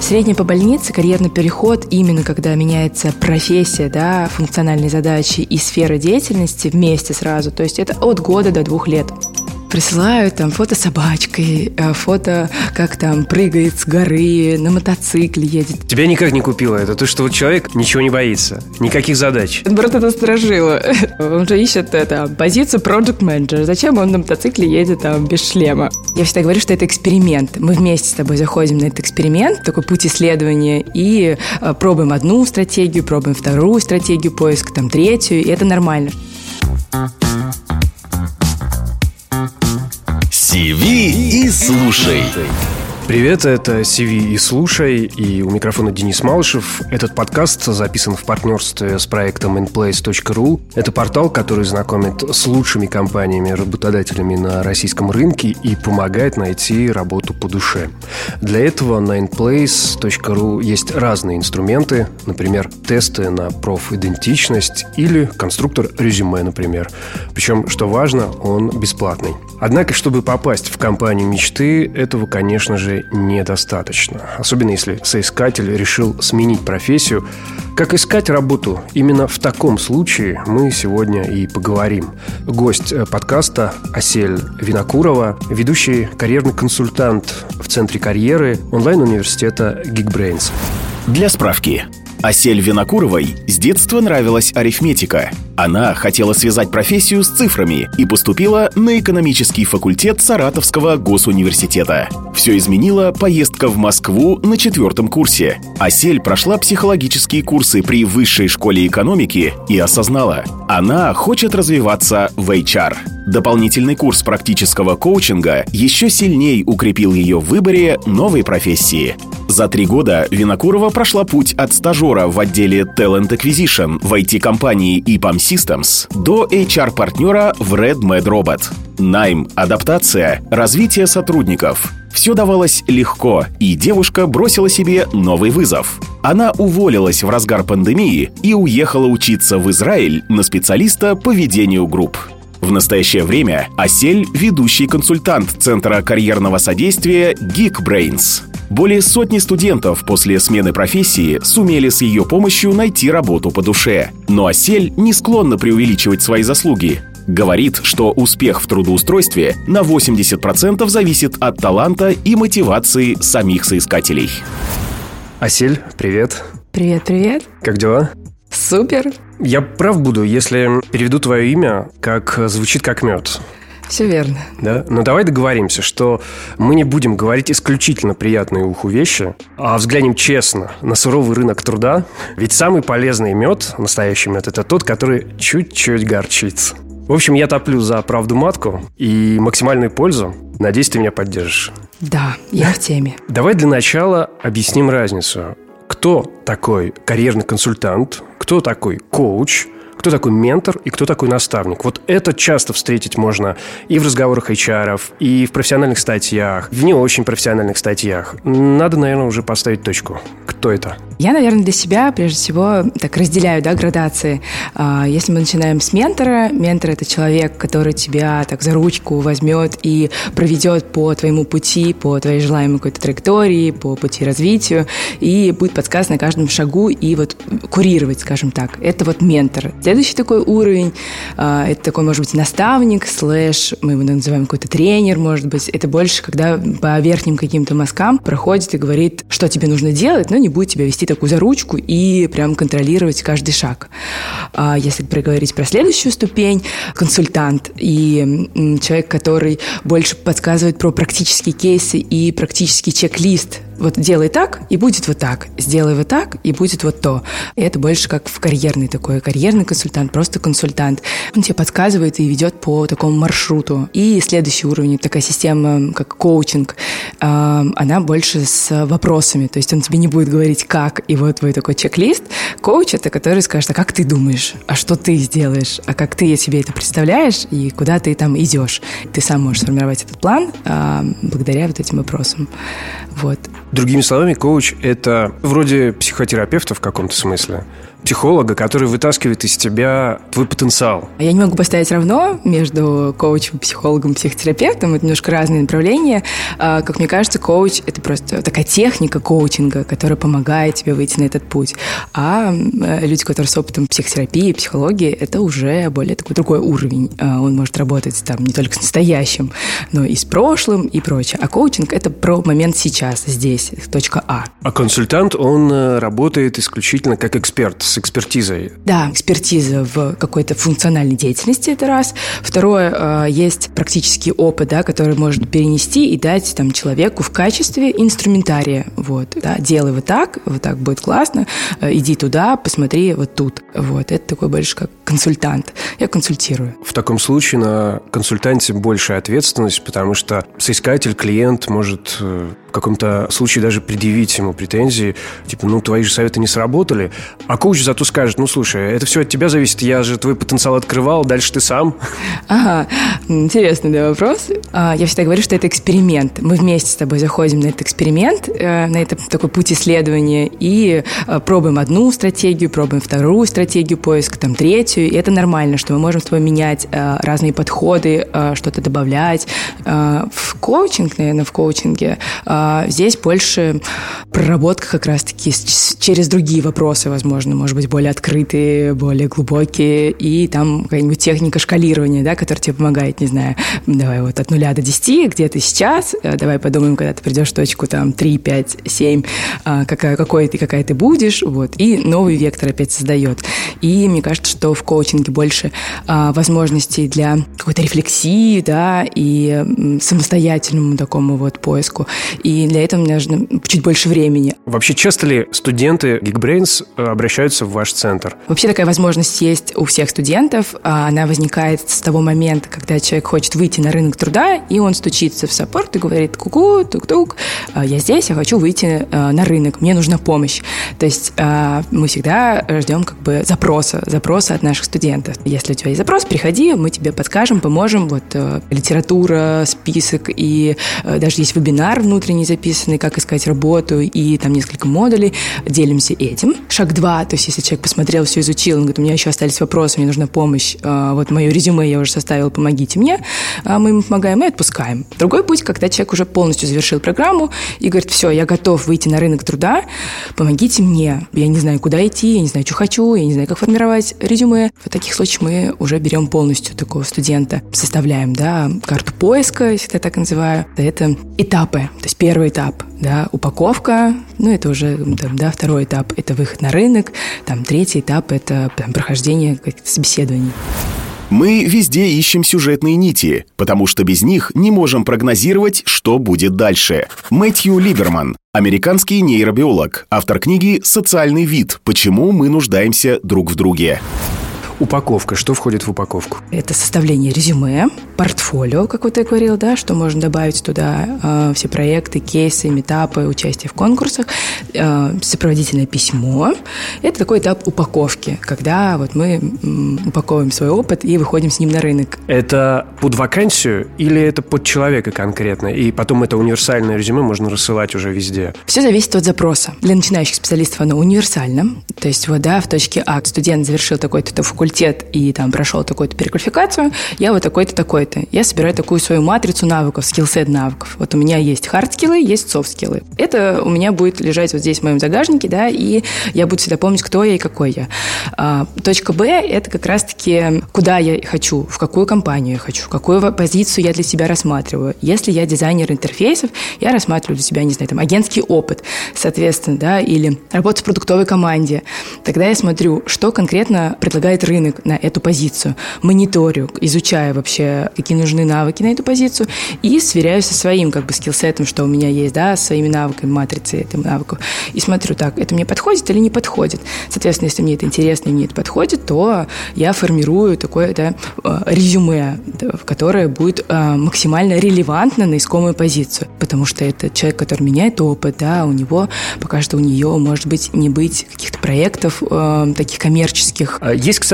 Средняя по больнице, карьерный переход, именно когда меняется профессия, да, функциональные задачи и сфера деятельности вместе сразу, то есть это от года до 2 лет. Присылают там фото собачкой, фото, как там прыгает с горы, на мотоцикле едет. Тебя никак не купило это, то, что вот человек ничего не боится, никаких задач. Наоборот, это сторожило. Он же ищет позицию project manager. Зачем он на мотоцикле едет там без шлема? Я всегда говорю, что это эксперимент. Мы вместе с тобой заходим на этот эксперимент, такой путь исследования, и пробуем одну стратегию, пробуем вторую стратегию поиска, там третью, и это нормально. «CV и слушай». Привет, это CV и слушай, и у микрофона Денис Малышев. Этот подкаст записан в партнерстве с проектом inplace.ru. Это портал, который знакомит с лучшими компаниями-работодателями на российском рынке и помогает найти работу по душе. Для этого на inplace.ru есть разные инструменты, например, тесты на профидентичность или конструктор резюме, например. Причем, что важно, он бесплатный. Однако, чтобы попасть в компанию мечты, этого, конечно же, недостаточно. Особенно если соискатель решил сменить профессию. Как искать работу? Именно в таком случае мы сегодня и поговорим. Гость подкаста Асель Винокурова, ведущий карьерный консультант в Центре карьеры онлайн-университета Geekbrains. Для справки. Асель Винокуровой с детства нравилась арифметика. Она хотела связать профессию с цифрами и поступила на экономический факультет Саратовского госуниверситета. Все изменила поездка в Москву на 4-м курсе. Асель прошла психологические курсы при Высшей школе экономики и осознала – она хочет развиваться в HR. Дополнительный курс практического коучинга еще сильнее укрепил ее в выборе новой профессии. За 3 года Винокурова прошла путь от стажера в отделе Talent Acquisition в IT-компании EPAM Systems до HR-партнера в Red Med Robot. Найм, адаптация, развитие сотрудников. Все давалось легко, и девушка бросила себе новый вызов. Она уволилась в разгар пандемии и уехала учиться в Израиль на специалиста по ведению групп. В настоящее время Асель – ведущий консультант Центра карьерного содействия Geekbrains. Более сотни студентов после смены профессии сумели с ее помощью найти работу по душе. Но Асель не склонна преувеличивать свои заслуги. Говорит, что успех в трудоустройстве на 80% зависит от таланта и мотивации самих соискателей. Асель, привет. Привет. Как дела? Супер. Я прав буду, если переведу твое имя, как звучит как мед. Все верно. Да? Но давай договоримся, что мы не будем говорить исключительно приятные уху вещи, а взглянем честно на суровый рынок труда. Ведь самый полезный мед, настоящий мед, это тот, который чуть-чуть горчит. В общем, я топлю за правду матку и максимальную пользу. Надеюсь, ты меня поддержишь. Да, я в теме. Давай для начала объясним разницу. Кто такой карьерный консультант, кто такой коуч, кто такой ментор и кто такой наставник. Вот это часто встретить можно и в разговорах HR-ов, и в профессиональных статьях, в не очень профессиональных статьях. Надо, наверное, уже поставить точку. Кто это? Я, наверное, для себя, прежде всего, так разделяю, градации. Если мы начинаем с ментора, ментор – это человек, который тебя так за ручку возьмет и проведет по твоему пути, по твоей желаемой какой-то траектории, по пути развитию, и будет подсказывать на каждом шагу и вот курировать, скажем так. Это вот ментор. Следующий такой уровень – это такой, может быть, наставник, мы его называем какой-то тренер, может быть. Это больше, когда по верхним каким-то мазкам проходит и говорит, что тебе нужно делать, но не будет тебя вести такую за ручку и прям контролировать каждый шаг. Если проговорить про следующую ступень, консультант и человек, который больше подсказывает про практические кейсы и практический чек-лист. Вот делай так, и будет вот так. Сделай вот так, и будет вот то. И это больше как в карьерный консультант, просто консультант. Он тебе подсказывает и ведет по такому маршруту. И следующий уровень, такая система, как коучинг, она больше с вопросами. То есть он тебе не будет говорить как, и вот твой такой чек-лист. Коуч — это который скажет, а как ты думаешь, а что ты сделаешь, а как ты себе это представляешь, и куда ты там идешь. Ты сам можешь сформировать этот план благодаря вот этим вопросам. Вот. Другими словами, коуч – это вроде психотерапевта в каком-то смысле. психолога, который вытаскивает из тебя твой потенциал. Я не могу поставить равно между коучем, психологом, психотерапевтом. Это немножко разные направления. Как мне кажется, коуч – это просто такая техника коучинга, которая помогает тебе выйти на этот путь. А люди, которые с опытом психотерапии, психологии, это уже более такой другой уровень. Он может работать там не только с настоящим, но и с прошлым и прочее. А коучинг – это про момент сейчас, здесь, точка А. А консультант, он работает исключительно как эксперт, с экспертизой. Да, экспертиза в какой-то функциональной деятельности – это раз. Второе, есть практический опыт, да, который можно перенести и дать там, человеку в качестве инструментария. Вот, да, делай вот так будет классно, иди туда, посмотри вот тут. Вот, это такой больше как консультант. Я консультирую. В таком случае на консультанте большая ответственность, потому что соискатель, клиент может в каком-то случае даже предъявить ему претензии, типа, твои же советы не сработали, а коуч зато скажет, слушай, это все от тебя зависит, я же твой потенциал открывал, дальше ты сам. Ага, интересный, да, вопрос. Я всегда говорю, что это эксперимент. Мы вместе с тобой заходим на этот эксперимент, на этот такой путь исследования и пробуем одну стратегию, пробуем вторую стратегию поиска, там третью, и это нормально, что мы можем с тобой менять разные подходы, что-то добавлять. В коучинге здесь больше проработка как раз-таки через другие вопросы, возможно, может быть, более открытые, более глубокие, и там какая-нибудь техника шкалирования, да, которая тебе помогает, не знаю, давай вот от 0 до 10, где ты сейчас, давай подумаем, когда ты придешь в точку там 3, 5, 7, какая ты будешь, вот, и новый вектор опять создает. И мне кажется, что в коучинге больше возможностей для какой-то рефлексии, да, и самостоятельному такому вот поиску. И для этого мне нужно чуть больше времени. Вообще, часто ли студенты Geekbrains обращаются в ваш центр? Вообще такая возможность есть у всех студентов. Она возникает с того момента, когда человек хочет выйти на рынок труда, и он стучится в саппорт и говорит: ку-ку, тук-тук, я здесь, я хочу выйти на рынок, мне нужна помощь. То есть мы всегда ждем как бы запроса от наших студентов. Если у тебя есть запрос, приходи, мы тебе подскажем, поможем. Вот литература, список, и даже есть вебинар внутренний записанный, как искать работу, и там несколько модулей. Делимся этим. Шаг 2, то есть если человек посмотрел, все изучил, он говорит: у меня еще остались вопросы, мне нужна помощь, вот мое резюме я уже составил, помогите мне. Мы ему помогаем и отпускаем. Другой путь, когда человек уже полностью завершил программу и говорит: все, я готов выйти на рынок труда, помогите мне. Я не знаю, куда идти, я не знаю, что хочу, я не знаю, как формировать резюме. В таких случаях мы уже берем полностью такого студента, составляем, да, карту поиска, если я так называю. Это этапы. То есть первый этап, да, упаковка, это уже, да, второй этап – это выход на рынок, там третий этап – это прохождение каких-то собеседований. Мы везде ищем сюжетные нити, потому что без них не можем прогнозировать, что будет дальше. Мэтью Либерман, американский нейробиолог, автор книги «Социальный вид. Почему мы нуждаемся друг в друге». Упаковка. Что входит в упаковку? Это составление резюме, портфолио, как вот я говорил, да, что можно добавить туда все проекты, кейсы, митапы, участие в конкурсах, сопроводительное письмо. Это такой этап упаковки, когда вот мы упаковываем свой опыт и выходим с ним на рынок. Это под вакансию или это под человека конкретно? И потом это универсальное резюме можно рассылать уже везде? Все зависит от запроса. Для начинающих специалистов оно универсально. То есть вот, да, в точке А студент завершил такой-то факультет и там прошел такую-то переквалификацию, я вот такой-то, такой-то. Я собираю такую свою матрицу навыков, скиллсет навыков. Вот у меня есть хард-скиллы, есть софт-скиллы. Это у меня будет лежать вот здесь в моем загажнике, да, и я буду всегда помнить, кто я и какой я. Точка Б – это как раз-таки куда я хочу, в какую компанию я хочу, какую позицию я для себя рассматриваю. Если я дизайнер интерфейсов, я рассматриваю для себя, не знаю, там, агентский опыт, соответственно, да, или работа в продуктовой команде. Тогда я смотрю, что конкретно предлагает рынок на эту позицию, мониторю, изучаю вообще, какие нужны навыки на эту позицию и сверяю со своим как бы скиллсетом, что у меня есть, да, своими навыками, матрицей этих навыков. И смотрю, так, это мне подходит или не подходит. Соответственно, если мне это интересно и мне это подходит, то я формирую такое резюме, которое будет максимально релевантно на искомую позицию. Потому что это человек, который меняет опыт, да, у него пока что у нее, может быть, не быть каких-то проектов таких коммерческих. Есть, кстати,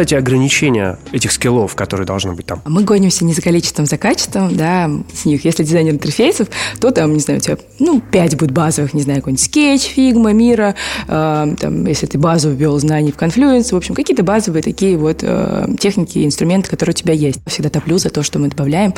кстати, ограничения этих скиллов, которые должны быть там? Мы гонимся не за количеством, за качеством, да, с них. Если дизайнер интерфейсов, то там, не знаю, у тебя, 5 будет базовых, не знаю, какой-нибудь Sketch, Figma, Mira, там, если ты базу ввел знаний в Confluence, в общем, какие-то базовые такие вот техники, инструменты, которые у тебя есть. Всегда топлю за то, что мы добавляем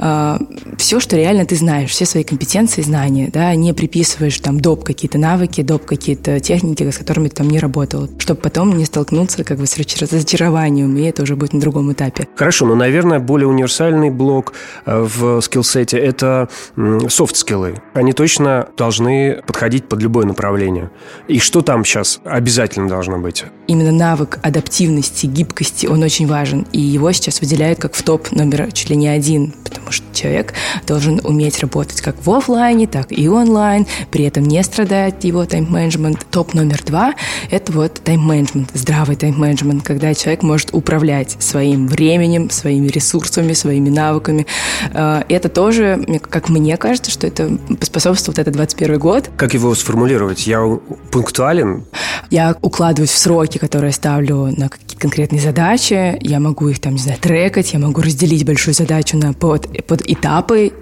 все, что реально ты знаешь, все свои компетенции, знания, да, не приписываешь там доп. Какие-то навыки, доп. Какие-то техники, с которыми ты там не работал, чтобы потом не столкнуться как бы с разочарованием, и это уже будет на другом этапе. Хорошо, но, наверное, более универсальный блок в скиллсете – это софт-скиллы. Они точно должны подходить под любое направление. И что там сейчас обязательно должно быть? Именно навык адаптивности, гибкости, он очень важен. И его сейчас выделяют как в топ номер чуть ли не 1, потому что человек должен уметь работать как в офлайне, так и онлайн, при этом не страдает его тайм-менеджмент. Топ номер 2 – это вот тайм-менеджмент, здравый тайм-менеджмент, когда человек может управлять своим временем, своими ресурсами, своими навыками. Это тоже, как мне кажется, что это способствует этот 21 год. Как его сформулировать? Я пунктуален? Я укладываюсь в сроки, которые я ставлю на какие-то конкретные задачи. Я могу их там, не знаю, трекать, я могу разделить большую задачу на под этапы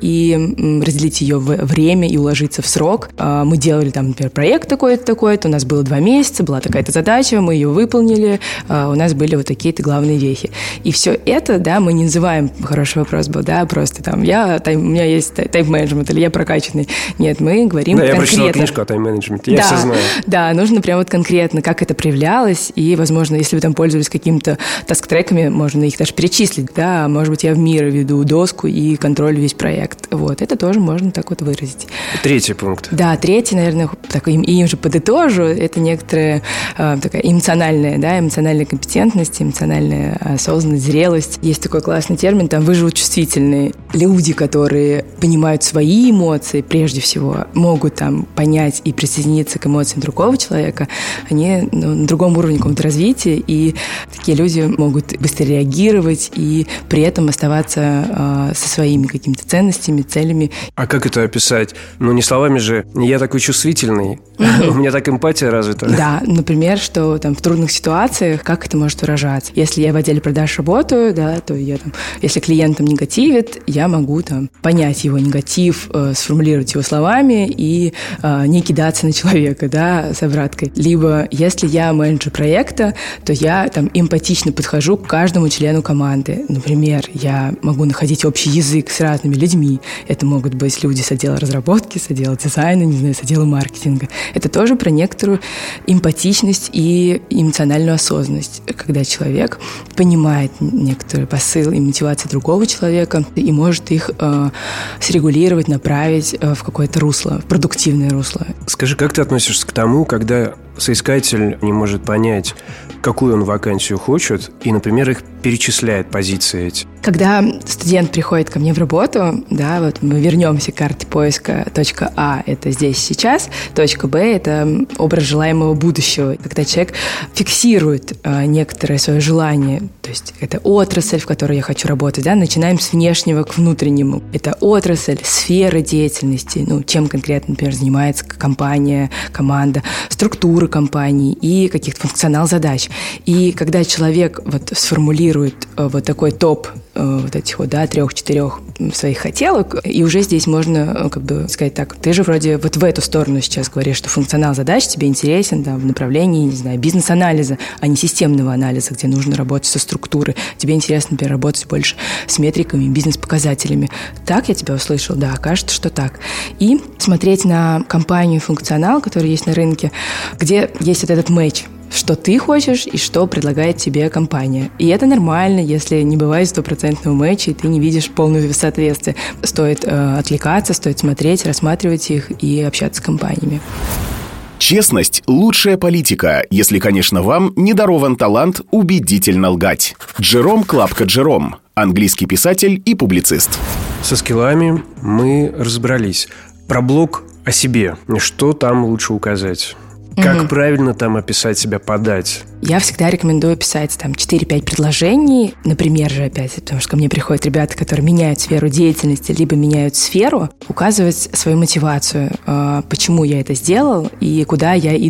и разделить ее в время и уложиться в срок. Мы делали там, например, проект такой-то, у нас было 2 месяца, была такая-то задача, мы ее выполнили, у нас были вот такие-то главные вехи. И все это, да, мы не называем, хороший вопрос был, да, просто там, у меня есть тайм-менеджмент, или я прокачанный. Нет, мы говорим конкретно. Я прочитал книжку о тайм-менеджменте, я все знаю. Да, нужно прям вот конкретно, как это проявлялось, и, возможно, если вы там пользовались какими-то таск-треками, можно их даже перечислить, да, может быть, я в Miro веду доску и контролю весь проект. Вот, это тоже можно так вот выразить. 3 пункт. Да, 3, наверное, так им же подытожу, это некоторая такая эмоциональная компетентность, эмоциональная осознанность, зрелость. Есть такой классный термин, там, выживучувствительные. Люди, которые понимают свои эмоции, прежде всего, могут там понять и присоединиться к эмоциям другого человека, они на другом уровне какого-то развития, и такие люди могут быстро реагировать и при этом оставаться со своими какими-то ценностями, целями. А как это описать? Не словами же, я такой чувствительный, у меня так эмпатия развита. Да, например, что там в трудных ситуациях, как это может выражаться? Если я в отделе продаж работаю, да, то я там, если клиент там негативит, я могу там понять его негатив, сформулировать его словами и не кидаться на человека, да, с обраткой. Либо, если я менеджер проекта, то я там эмпатично подхожу к каждому члену команды. Например, я могу находить общий язык с разными людьми. Это могут быть люди с отдела разработки, с отдела дизайна, не знаю, с отдела маркетинга. Это тоже про некоторую эмпатичность и эмоциональную осознанность, когда человек понимает некоторый посыл и мотивацию другого человека и может их срегулировать, направить в какое-то русло, в продуктивное русло. Скажи, как ты относишься к тому, когда соискатель не может понять, какую он вакансию хочет, и, например, их перечисляет позиции эти? Когда студент приходит ко мне в работу, да, вот мы вернемся к карте поиска. Точка А – это здесь сейчас, точка Б – это образ желаемого будущего. Когда человек фиксирует некоторое свое желание, то есть это отрасль, в которой я хочу работать, да, начинаем с внешнего к внутреннему. Это отрасль, сфера деятельности, чем конкретно, например, занимается компания, команда, структура компании и каких-то функционал задач. И когда человек вот сформулирует вот такой топ вот этих вот, да, 3-4 своих хотелок, и уже здесь можно как бы сказать так, ты же вроде вот в эту сторону сейчас говоришь, что функционал задач тебе интересен, да, в направлении, не знаю, бизнес-анализа, а не системного анализа, где нужно работать со структурой. Тебе интересно, например, работать больше с метриками, бизнес-показателями. Так я тебя услышал? Да, кажется, что так. И смотреть на компанию, функционал, который есть на рынке, где есть вот этот матч, что ты хочешь и что предлагает тебе компания. И это нормально, если не бывает 100% матча, и ты не видишь полного соответствия. Стоит отвлекаться, стоит смотреть, рассматривать их и общаться с компаниями. Честность – лучшая политика, если, конечно, вам не дарован талант убедительно лгать. Джером Клапка Джером, английский писатель и публицист. Со скиллами мы разобрались. Про блог о себе. Что там лучше указать? Как правильно там описать себя, подать? Я всегда рекомендую писать там 4-5 предложений, например же опять, потому что ко мне приходят ребята, которые меняют сферу деятельности, либо меняют сферу, указывать свою мотивацию, почему я это сделал и куда я иду.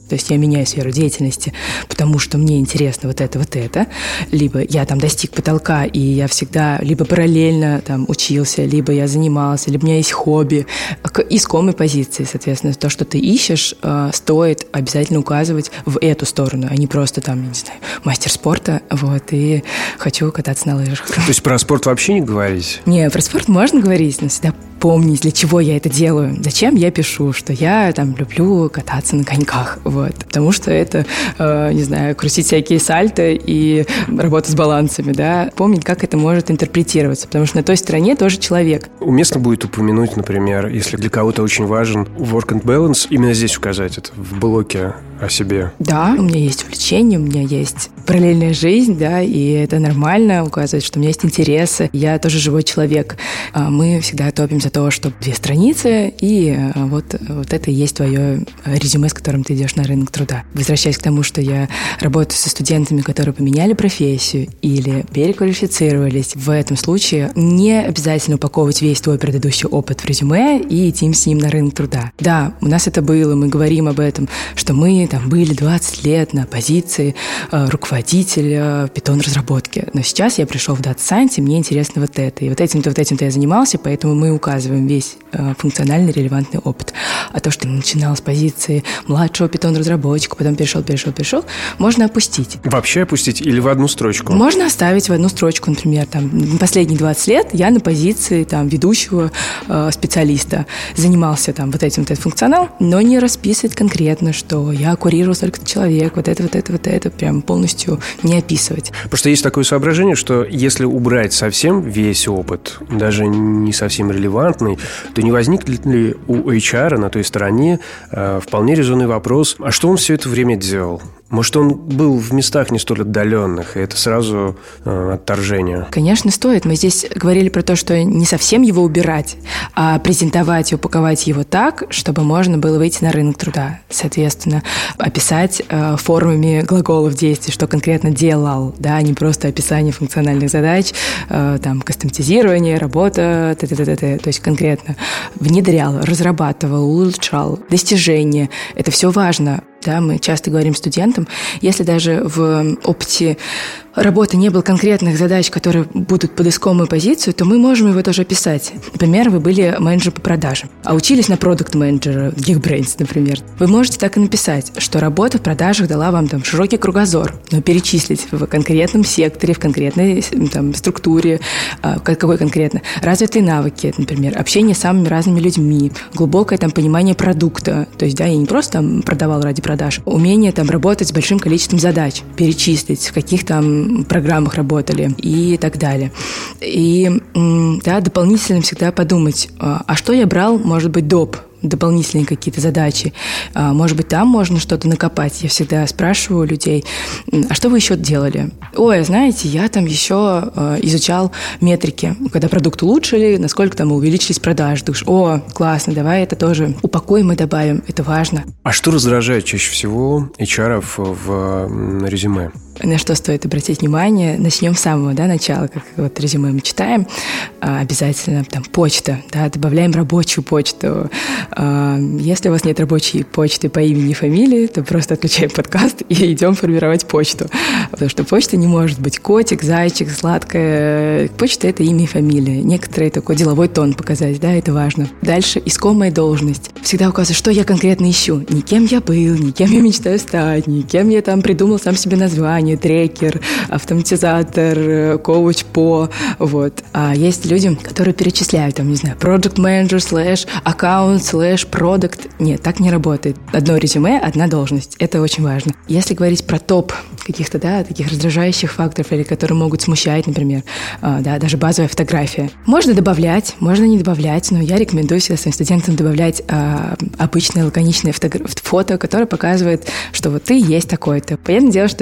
То есть я меняю сферу деятельности, потому что мне интересно вот это. Либо я там достиг потолка, и я всегда либо параллельно там учился, либо я занимался, либо у меня есть хобби. К искомой позиции, соответственно, то, что ты ищешь, стоит обязательно указывать в эту сторону, а не просто там, я не знаю, мастер спорта, вот, и хочу кататься на лыжах. То есть про спорт вообще не говорить? Не, про спорт можно говорить, но всегда помнить, для чего я это делаю, зачем я пишу, что я там люблю кататься на коньках, вот, потому что это, не знаю, крутить всякие сальто и работа с балансами, да, помнить, как это может интерпретироваться, потому что на той стороне тоже человек. Уместно будет упомянуть, например, если для кого-то очень важен work and balance, именно здесь указать это, в блоке о себе. Да, у меня есть увлечение, у меня есть параллельная жизнь, да, и это нормально указывать, что у меня есть интересы, я тоже живой человек. Мы всегда топим за то, что 2 страницы, и вот это и есть твое резюме, с которым ты идешь на рынок труда. Возвращаясь к тому, что я работаю со студентами, которые поменяли профессию или переквалифицировались, в этом случае не обязательно упаковывать весь твой предыдущий опыт в резюме и идти с ним на рынок труда. Да, у нас это было, мы говорим об этом, что мы там были 20 лет на позиции руководителя Python-разработки, но сейчас я пришел в Data Science, и мне интересно вот это. И вот этим-то я занимался, поэтому мы указываем весь функциональный релевантный опыт. А то, что начинал с позиции младшего Python-разработчика, потом перешел, можно опустить. Вообще опустить или в одну строчку? Можно оставить в одну строчку, например, там, последние 20 лет я на позиции там, ведущего специалиста занимался там, вот этим функционал, но не расписывать конкретно, что я курировал столько-то человек, вот это, прям полностью не описывать. Просто есть такое соображение, что если убрать совсем весь опыт, даже не совсем релевантный, то не возникнет ли у HR на той стороне вполне резонный вопрос, а что он все это время делал? Может, он был в местах не столь отдаленных, и это сразу отторжение? Конечно, стоит. Мы здесь говорили про то, что не совсем его убирать, а презентовать и упаковать его так, чтобы можно было выйти на рынок труда. Соответственно, описать формами глаголов действий, что конкретно делал, да, не просто описание функциональных задач, там, кастоматизирование, работа, то есть конкретно внедрял, разрабатывал, улучшал, достижения. Это все важно. Да, мы часто говорим студентам, если даже в опыте работы не было конкретных задач, которые будут под искомую позицию, то мы можем его тоже описать. Например, вы были менеджером по продажам, а учились на продукт-менеджера, Geekbrains, например. Вы можете так и написать, что работа в продажах дала вам там широкий кругозор, но перечислить в конкретном секторе, в конкретной там, структуре, какой конкретно, развитые навыки, например, общение с самыми разными людьми, глубокое там понимание продукта, то есть, да, я не просто там продавал ради продаж, умение там работать с большим количеством задач, перечислить, в каких там программах работали и так далее. И да, дополнительно всегда подумать, а что я брал, может быть, доп. Дополнительные какие-то задачи. Может быть, там можно что-то накопать. Я всегда спрашиваю людей, а что вы еще делали? Ой, знаете, я там еще изучал метрики, когда продукт улучшили, насколько там увеличились продажи. Думаешь, о, классно, давай это тоже упакуем и добавим, это важно. А что раздражает чаще всего HR-ов в резюме? На что стоит обратить внимание? Начнем с самого начала, как вот резюме мы читаем. Обязательно там почта, да, добавляем рабочую почту. Если у вас нет рабочей почты по имени и фамилии, то просто отключаем подкаст и идем формировать почту. Потому что почта не может быть котик, зайчик, сладкая. Почта – это имя и фамилия. Некоторый такой деловой тон показать, да, это важно. Дальше искомая должность. Всегда указывать, что я конкретно ищу. Не кем я был, не кем я мечтаю стать, не кем я там придумал сам себе название, трекер, автоматизатор, коуч по, вот. А есть люди, которые перечисляют, там, не знаю, project manager / аккаунт / product. Нет, так не работает. Одно резюме, одна должность. Это очень важно. Если говорить про топ каких-то, да, таких раздражающих факторов, или которые могут смущать, например, да, даже базовая фотография. Можно добавлять, можно не добавлять, но я рекомендую всегда своим студентам добавлять обычное лаконичное фото, которое показывает, что вот ты есть такой-то. Понятное дело, что это там не фото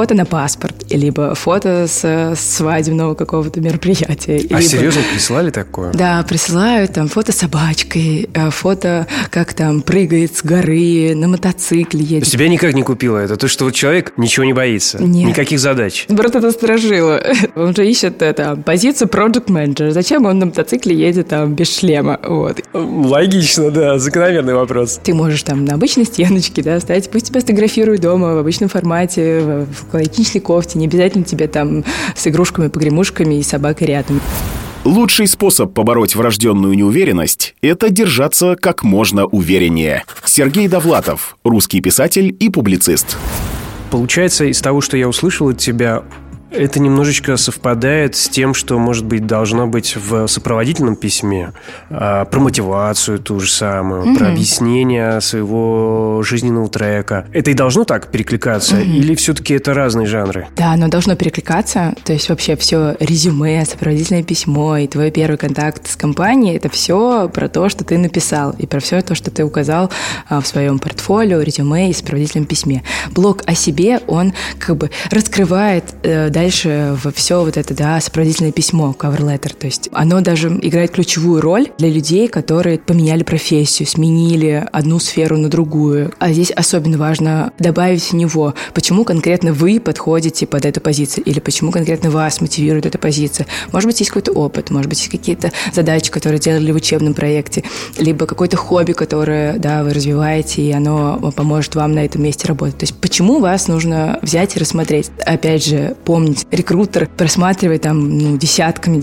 фото на паспорт, либо фото с свадебного какого-то мероприятия. Серьезно присылали такое? Да, присылают там фото с собачкой, фото, как там прыгает с горы, на мотоцикле едет. Тебя никак не купило это? То, что вот человек ничего не боится? Нет. Никаких задач? Брат, это сторожило. Он же ищет позицию project manager. Зачем он на мотоцикле едет там без шлема? Вот. Логично, да, закономерный вопрос. Ты можешь там на обычной стеночке, да, ставить, пусть тебя сфотографируют дома в обычном формате, в классической кофте, не обязательно тебе там с игрушками, погремушками и собакой рядом. Лучший способ побороть врожденную неуверенность – это держаться как можно увереннее. Сергей Довлатов, русский писатель и публицист. Получается, из того, что я услышал от тебя, это немножечко совпадает с тем, что, может быть, должно быть в сопроводительном письме, про мотивацию ту же самую, про объяснение своего жизненного трека. Это и должно так перекликаться? Или все-таки это разные жанры? Да, оно должно перекликаться. То есть вообще все резюме, сопроводительное письмо и твой первый контакт с компанией – это все про то, что ты написал, и про все то, что ты указал в своем портфолио, резюме и сопроводительном письме. Блог о себе, он как бы раскрывает дальше все вот это, да, сопроводительное письмо, cover letter. То есть оно даже играет ключевую роль для людей, которые поменяли профессию, сменили одну сферу на другую. А здесь особенно важно добавить в него, почему конкретно вы подходите под эту позицию, или почему конкретно вас мотивирует эта позиция. Может быть, есть какой-то опыт, может быть, есть какие-то задачи, которые делали в учебном проекте, либо какое-то хобби, которое, да, вы развиваете, и оно поможет вам на этом месте работать. То есть почему вас нужно взять и рассмотреть? Опять же, помните, рекрутер просматривает там десятками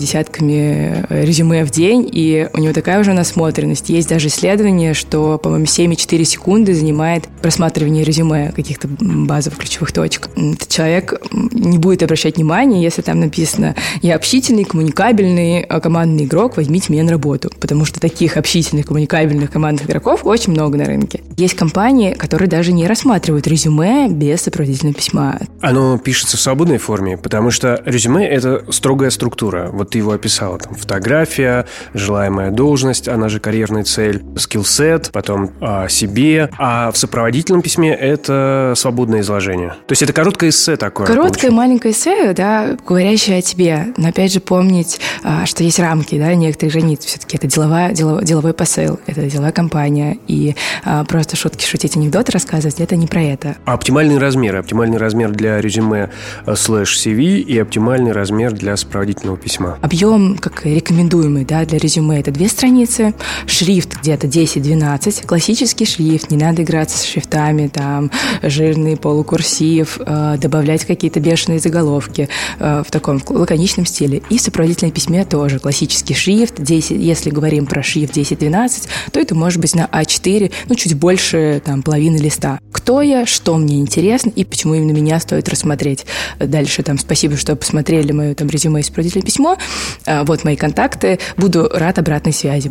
резюме в день, и у него такая уже насмотренность. Есть даже исследование, что, по-моему, 7,4 секунды занимает просматривание резюме каких-то базовых ключевых точек. Этот человек не будет обращать внимания, если там написано «Я общительный, коммуникабельный командный игрок, возьмите меня на работу». Потому что таких общительных, коммуникабельных командных игроков очень много на рынке. Есть компании, которые даже не рассматривают резюме без сопроводительного письма. Оно пишется в свободной форме, потому что резюме – это строгая структура. Вот ты его описала. Там фотография, желаемая должность, она же карьерная цель, скиллсет, потом о себе. А в сопроводительном письме это свободное изложение. То есть это короткое эссе такое. Короткое маленькое эссе, да, говорящее о тебе. Но опять же помнить, что есть рамки, да, некоторых границ. Все-таки это деловой посыл, это деловая компания. И просто шутки шутить, анекдоты рассказывать – это не про это. А оптимальный размер для резюме /CV и оптимальный размер для сопроводительного письма. Объем, как рекомендуемый, да, для резюме, это 2 страницы. Шрифт где-то 10-12. Классический шрифт, не надо играться с шрифтами, там, жирный полукурсив, добавлять какие-то бешеные заголовки в таком лаконичном стиле. И в сопроводительном письме тоже классический шрифт. 10, если говорим про шрифт 10-12, то это может быть на А4, чуть больше там, половины листа. Кто я, что мне интересно и почему именно меня стоит рассмотреть. Дальше там спасибо, что посмотрели мое там резюме и сопроводительное письмо. Вот мои контакты. Буду рада обратной связи.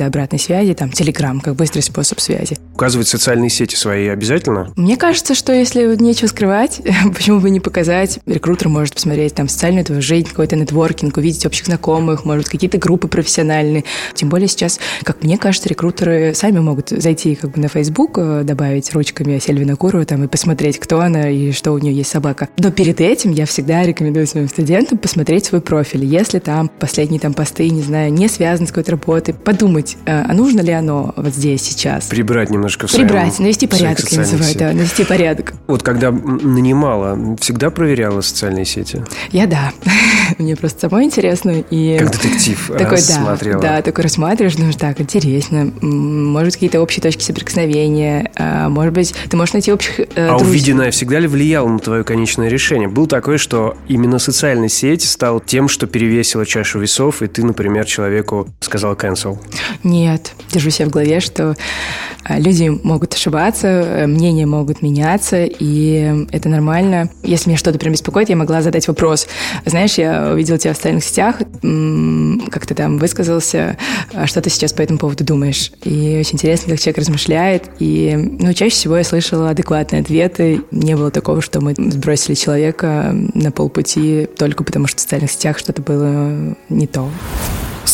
Там, Telegram, как быстрый способ связи. Указывать социальные сети свои обязательно? Мне кажется, что если нечего скрывать, почему бы не показать? Рекрутер может посмотреть там социальную твою жизнь, какой-то нетворкинг, увидеть общих знакомых, может, какие-то группы профессиональные. Тем более сейчас, как мне кажется, рекрутеры сами могут зайти как бы на Facebook, добавить ручками Асель Винокурова там и посмотреть, кто она и что у нее есть собака. Но перед этим я всегда рекомендую своим студентам посмотреть свой профиль. Если там последние там посты, не знаю, не связаны с какой-то работой, подумать, а нужно ли оно вот здесь сейчас. Прибрать немножко в навести порядок, я называю, да, навести порядок. Вот когда нанимала, всегда проверяла социальные сети? Да. Мне просто самой интересно. И как детектив такой, смотрела. Да, такой рассматриваешь, думаешь, так, интересно. Может быть, какие-то общие точки соприкосновения. Может быть, ты можешь найти общих друзей. Увиденное всегда ли влияло на твое конечное решение? Было такое, что именно социальная сеть стала тем, что перевесило чашу весов, и ты, например, человеку сказал cancel? Нет. Держу себя в голове, что люди могут ошибаться, мнения могут меняться, и это нормально. Если меня что-то прям беспокоит, я могла задать вопрос. Знаешь, я увидела тебя в социальных сетях, как ты там высказался, что ты сейчас по этому поводу думаешь. И очень интересно, как человек размышляет. И чаще всего я слышала адекватные ответы. Не было такого, что мы сбросили человека на полпути только потому, что в социальных сетях что-то было не то.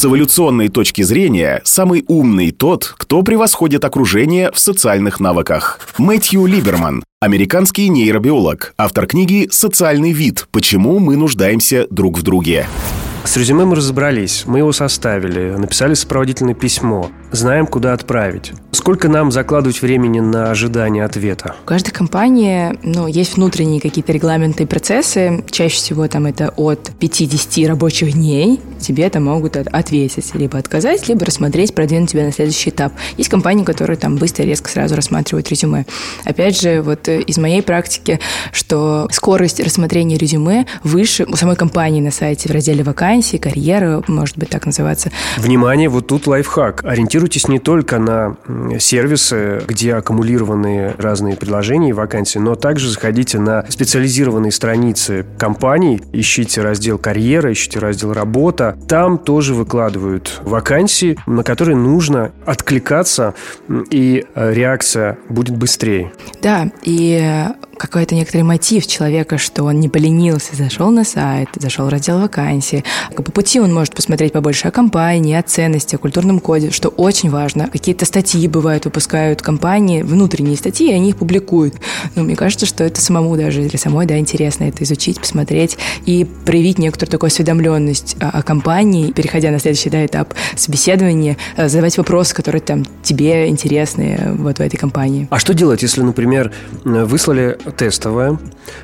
С эволюционной точки зрения, самый умный тот, кто превосходит окружение в социальных навыках. Мэтью Либерман, американский нейробиолог, автор книги «Социальный вид. Почему мы нуждаемся друг в друге». С резюме мы разобрались, мы его составили, написали сопроводительное письмо, знаем, куда отправить. Сколько нам закладывать времени на ожидание ответа? У каждой компании, есть внутренние какие-то регламенты и процессы. Чаще всего там это от 5-10 рабочих дней. Тебе там могут ответить, либо отказать, либо рассмотреть, продвинуть тебя на следующий этап. Есть компании, которые там быстро, резко сразу рассматривают резюме. Опять же, вот из моей практики, что скорость рассмотрения резюме выше у самой компании на сайте в разделе вакансий, карьера, может быть, так называться. Внимание, вот тут лайфхак. Ориентируйтесь не только на сервисы, где аккумулированы разные предложения и вакансии, но также заходите на специализированные страницы компаний, ищите раздел «Карьера», ищите раздел «Работа». Там тоже выкладывают вакансии, на которые нужно откликаться, и реакция будет быстрее. Да, и какой-то некоторый мотив человека, что он не поленился, зашел на сайт, зашел в раздел вакансии. По пути он может посмотреть побольше о компании, о ценности, о культурном коде, что очень важно. Какие-то статьи бывают, выпускают компании, внутренние статьи, и они их публикуют. Мне кажется, что это самому даже или самой, интересно это изучить, посмотреть и проявить некоторую такую осведомленность о компании, переходя на следующий этап собеседования, задавать вопросы, которые там тебе интересны вот в этой компании. А что делать, если, например, выслали тестовое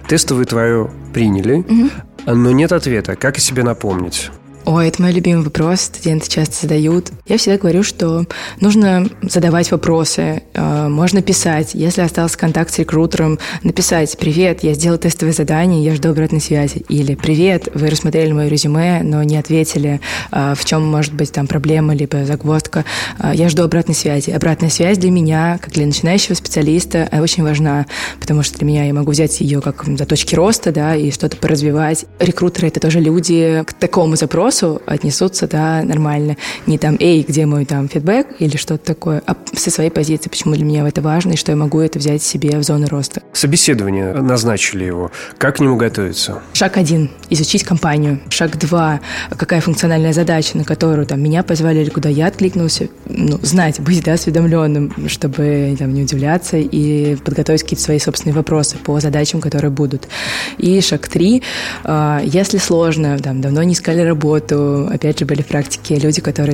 твое приняли, но нет ответа? Как о себе напомнить? Ой, это мой любимый вопрос, студенты часто задают. Я всегда говорю, что нужно задавать вопросы, можно писать. Если остался контакт с рекрутером, написать: «Привет, я сделал тестовое задание, я жду обратной связи». Или «Привет, вы рассмотрели мое резюме, но не ответили, в чем может быть там проблема, либо загвоздка. Я жду обратной связи». Обратная связь для меня, как для начинающего специалиста, очень важна, потому что для меня я могу взять ее как за точки роста, и что-то поразвивать. Рекрутеры — это тоже люди к такому запросу отнесутся, нормально. Не там: «Эй, где мой фидбэк?» или что-то такое, а со своей позиции, почему для меня это важно и что я могу это взять себе в зону роста. Собеседование, назначили его. Как к нему готовиться? Шаг 1 – изучить компанию. Шаг 2 – какая функциональная задача, на которую меня позвали или куда я откликнулся. Знать, быть осведомленным, чтобы не удивляться и подготовить какие-то свои собственные вопросы по задачам, которые будут. И шаг 3 – если сложно, давно не искали работу, опять же, были в практике люди, которые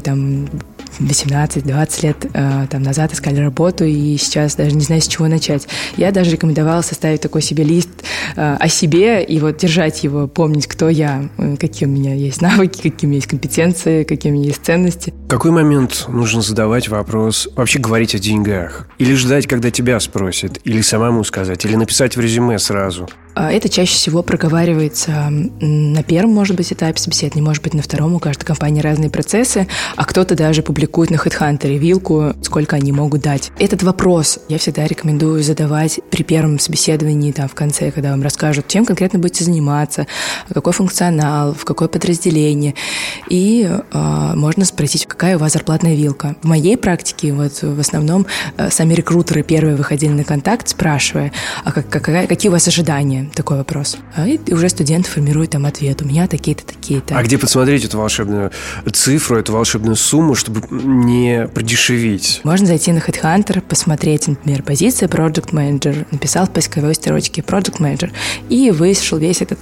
18-20 лет назад искали работу и сейчас даже не знаю, с чего начать. Я даже рекомендовала составить такой себе лист о себе и держать его, помнить, кто я, какие у меня есть навыки, какие у меня есть компетенции, какие у меня есть ценности. В какой момент нужно задавать вопрос, вообще говорить о деньгах? Или ждать, когда тебя спросят? Или самому сказать? Или написать в резюме сразу? Это чаще всего проговаривается на первом, может быть, этапе собеседования, может быть, на втором. У каждой компании разные процессы, а кто-то даже публикует на HeadHunter вилку, сколько они могут дать. Этот вопрос я всегда рекомендую задавать при первом собеседовании, в конце, когда вам расскажут, чем конкретно будете заниматься, какой функционал, в какое подразделение. И можно спросить, какая у вас зарплатная вилка. В моей практике в основном сами рекрутеры первые выходили на контакт, спрашивая, какие у вас ожидания. Такой вопрос. И уже студент формирует ответ. У меня такие-то, такие-то. А где посмотреть эту волшебную цифру, эту волшебную сумму, чтобы не продешевить? Можно зайти на HeadHunter, посмотреть, например, позиция Project Manager, написал в поисковой строчке Project Manager и вышел весь этот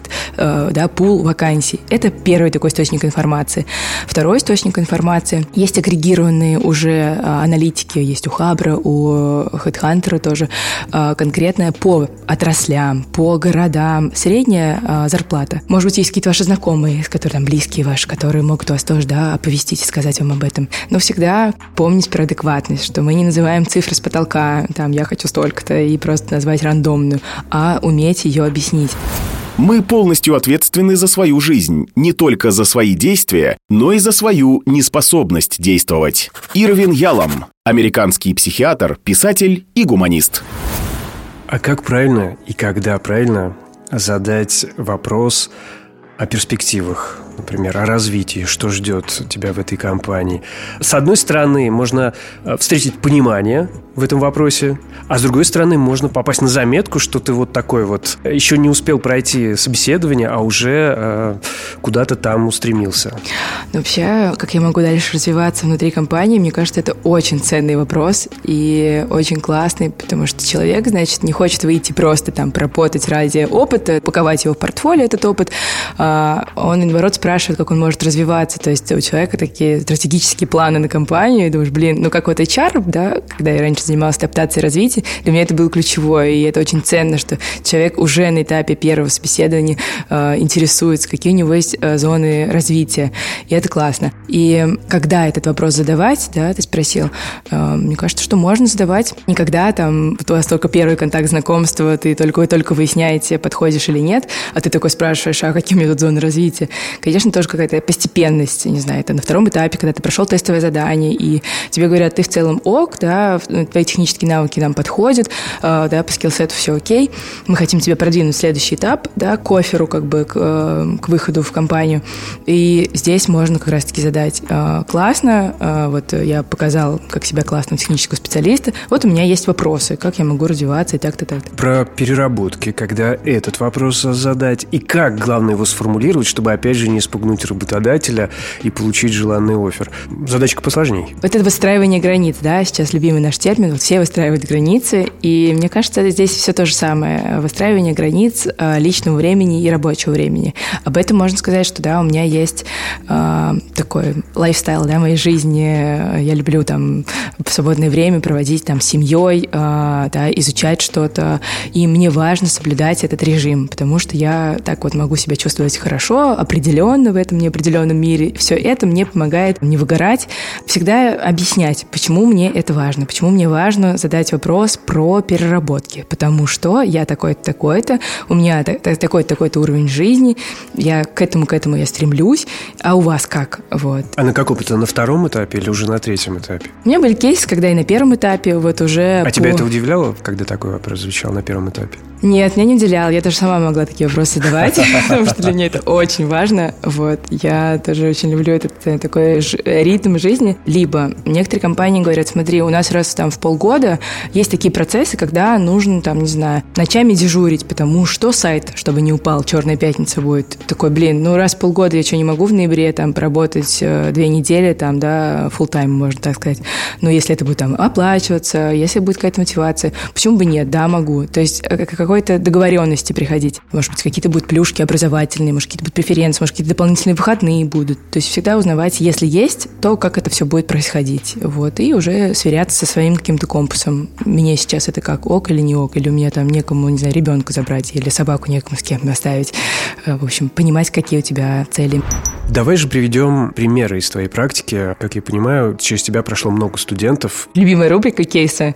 пул вакансий. Это первый такой источник информации. Второй источник информации. Есть агрегированные уже аналитики, есть у Хабра, у HeadHunter тоже, конкретная по отраслям, по городам, средняя зарплата. Может быть, есть какие-то ваши знакомые, которые близкие ваши, которые могут вас тоже оповестить и сказать вам об этом. Но всегда помнить про адекватность, что мы не называем цифры с потолка, я хочу столько-то, и просто назвать рандомную, а уметь ее объяснить. Мы полностью ответственны за свою жизнь, не только за свои действия, но и за свою неспособность действовать. Ирвин Ялом, американский психиатр, писатель и гуманист. А как правильно и когда правильно задать вопрос о перспективах, например, о развитии, что ждет тебя в этой компании? С одной стороны, можно встретить понимание в этом вопросе. А с другой стороны, можно попасть на заметку, что ты вот такой вот еще не успел пройти собеседование, а уже куда-то там устремился. Но вообще, как я могу дальше развиваться внутри компании, мне кажется, это очень ценный вопрос и очень классный, потому что человек, значит, не хочет выйти просто там поработать ради опыта, паковать его в портфолио, этот опыт. Он, наоборот, спрашивает, как он может развиваться. То есть у человека такие стратегические планы на компанию, и думаешь, как вот HR, да, когда я раньше занималась адаптацией и развитием, для меня это было ключевое, и это очень ценно, что человек уже на этапе первого собеседования интересуется, какие у него есть зоны развития, и это классно. И когда этот вопрос задавать, да, ты спросил, мне кажется, что можно задавать не когда там у вас только первый контакт знакомства, вы только выясняете, подходишь или нет, а ты такой спрашиваешь, а какие у меня тут зоны развития? Конечно, тоже какая-то постепенность, не знаю, это на втором этапе, когда ты прошел тестовое задание, и тебе говорят, ты в целом ок, да, твои технические навыки нам подходят, да, по скиллсету все окей, мы хотим тебя продвинуть в следующий этап, да, к офферу, как бы, к выходу в компанию. И здесь можно как раз-таки задать классно, вот я показал, как себя классного технического специалиста, вот у меня есть вопросы, как я могу развиваться и так-то, так-то. Про переработки, когда этот вопрос задать, и как, главное, его сформулировать, чтобы, опять же, не испугнуть работодателя и получить желанный оффер. Задачка посложнее. Вот это выстраивание границ, да, сейчас любимый наш термин, вот все выстраивают границы, и мне кажется, здесь все то же самое, выстраивание границ личного времени и рабочего времени. Об этом можно сказать, что, да, у меня есть такой лайфстайл, да, моей жизни, я люблю там в свободное время проводить там с семьей, да, изучать что-то, и мне важно соблюдать этот режим, потому что я так вот могу себя чувствовать хорошо, определенно в этом неопределенном мире. Все это мне помогает не выгорать, всегда объяснять, почему мне это важно, почему мне важно задать вопрос про переработки, потому что я такой-то, такой-то, у меня такой-то, такой-то уровень жизни, я к этому я стремлюсь, а у вас как? Вот. А на каком это? На втором этапе или уже на третьем этапе? У меня были кейсы, когда и на первом этапе вот уже... А тебя это удивляло, когда такой вопрос звучал на первом этапе? Нет, меня не удивляло. Я тоже сама могла такие вопросы задавать, потому что для меня это очень важно. Вот. Я тоже очень люблю этот такой ритм жизни. Либо некоторые компании говорят, смотри, у нас раз там в полгода есть такие процессы, когда нужно там, не знаю, ночами дежурить, потому что сайт, чтобы не упал, черная пятница будет. Такой, раз в полгода я что, не могу в ноябре там поработать 2 недели, там, да, full-time, можно так сказать. Но если это будет там оплачиваться, если будет какая-то мотивация, почему бы нет? Да, могу. То есть какой-то договоренности приходить. Может быть, какие-то будут плюшки образовательные, может, какие-то будут преференции, может, какие-то дополнительные выходные будут. То есть всегда узнавать, если есть, то как это все будет происходить. Вот. И уже сверяться со своим каким-то компасом. Мне сейчас это как, ок или не ок, или у меня там некому, не знаю, ребенка забрать, или собаку некому с кем оставить. В общем, понимать, какие у тебя цели. Давай же приведем примеры из твоей практики. Как я понимаю, через тебя прошло много студентов. Любимая рубрика кейса,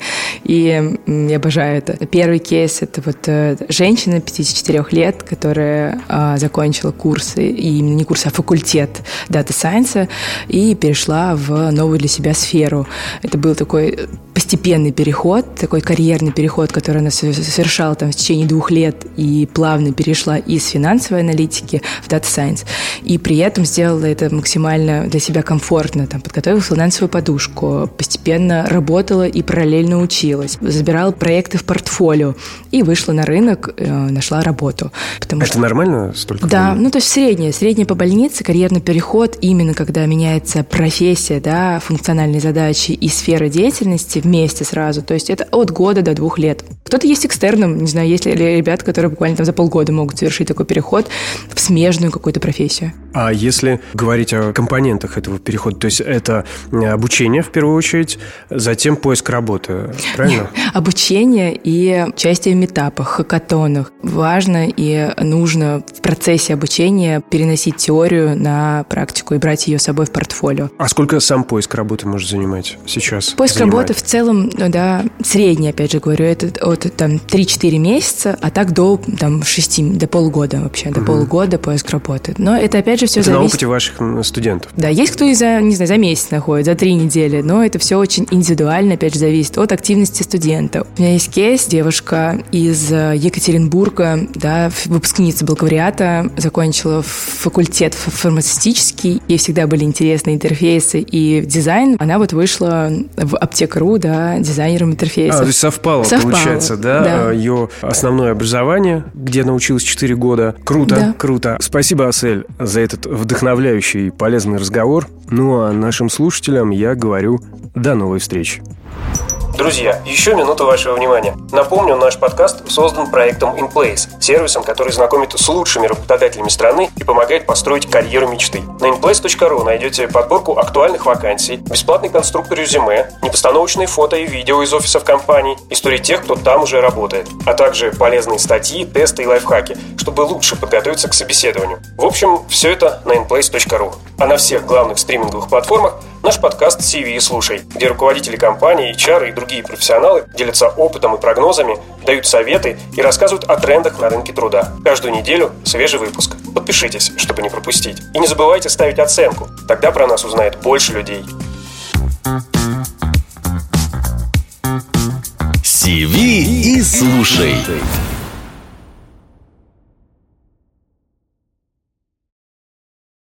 и я обожаю это. Первый кейс – это вот женщина 54 лет, которая закончила курсы, и именно не курсы, а факультет Data Science, и перешла в новую для себя сферу. Это был такой постепенный переход, такой карьерный переход, который она совершала там в течение 2 лет, и плавно перешла из финансовой аналитики в Data Science. И при этом сделала это максимально для себя комфортно, там, подготовила финансовую подушку, постепенно работала и параллельно училась, забирала проекты в портфолио и вышла на рынок, нашла работу. Это нормально столько? Да, то есть средняя по больнице, карьерный переход, именно когда меняется профессия, да, функциональные задачи и сфера деятельности вместе сразу, то есть это от года до 2 лет. Кто-то есть экстерном, не знаю, есть ли ребята, которые буквально там за полгода могут совершить такой переход в смежную какую-то профессию. А если говорить о компонентах этого перехода, то есть это обучение в первую очередь, затем поиск работы, правильно? Обучение и участие в метапах, хакатонах. Важно и нужно в процессе обучения переносить теорию на практику и брать ее с собой в портфолио. А сколько сам поиск работы может занимать сейчас? Поиск работы в целом, да, средний, опять же говорю, это от там 3-4 месяца, а так до 6, до полугода вообще, до полугода поиск работы. Но это опять же все это зависит... на опыте ваших студентов. Да, есть кто и за месяц находит, за 3 недели, но это все очень индивидуально, опять же, зависит от активности студентов. У меня есть кейс, девушка из Екатеринбурга, да, выпускница бакалавриата, закончила факультет фармацевтический, ей всегда были интересны интерфейсы и дизайн. Она вот вышла в Аптека.ру, да, дизайнером интерфейсов. То есть совпало, получается, да? Ее основное образование, где она училась 4 года. Круто, да. Круто. Спасибо, Асель, за этот вдохновляющий и полезный разговор. Ну, а нашим слушателям я говорю до новой встречи. Друзья, еще минуту вашего внимания. Напомню, наш подкаст создан проектом InPlace, сервисом, который знакомит с лучшими работодателями страны и помогает построить карьеру мечты. На inplace.ru найдете подборку актуальных вакансий, бесплатный конструктор резюме, непостановочные фото и видео из офисов компаний, истории тех, кто там уже работает, а также полезные статьи, тесты и лайфхаки, чтобы лучше подготовиться к собеседованию. В общем, все это на inplace.ru. А на всех главных стриминговых платформах наш подкаст CV и слушай, где руководители компаний, HR и другие профессионалы делятся опытом и прогнозами, дают советы и рассказывают о трендах на рынке труда. Каждую неделю свежий выпуск. Подпишитесь, чтобы не пропустить. И не забывайте ставить оценку, тогда про нас узнает больше людей. CV и слушай.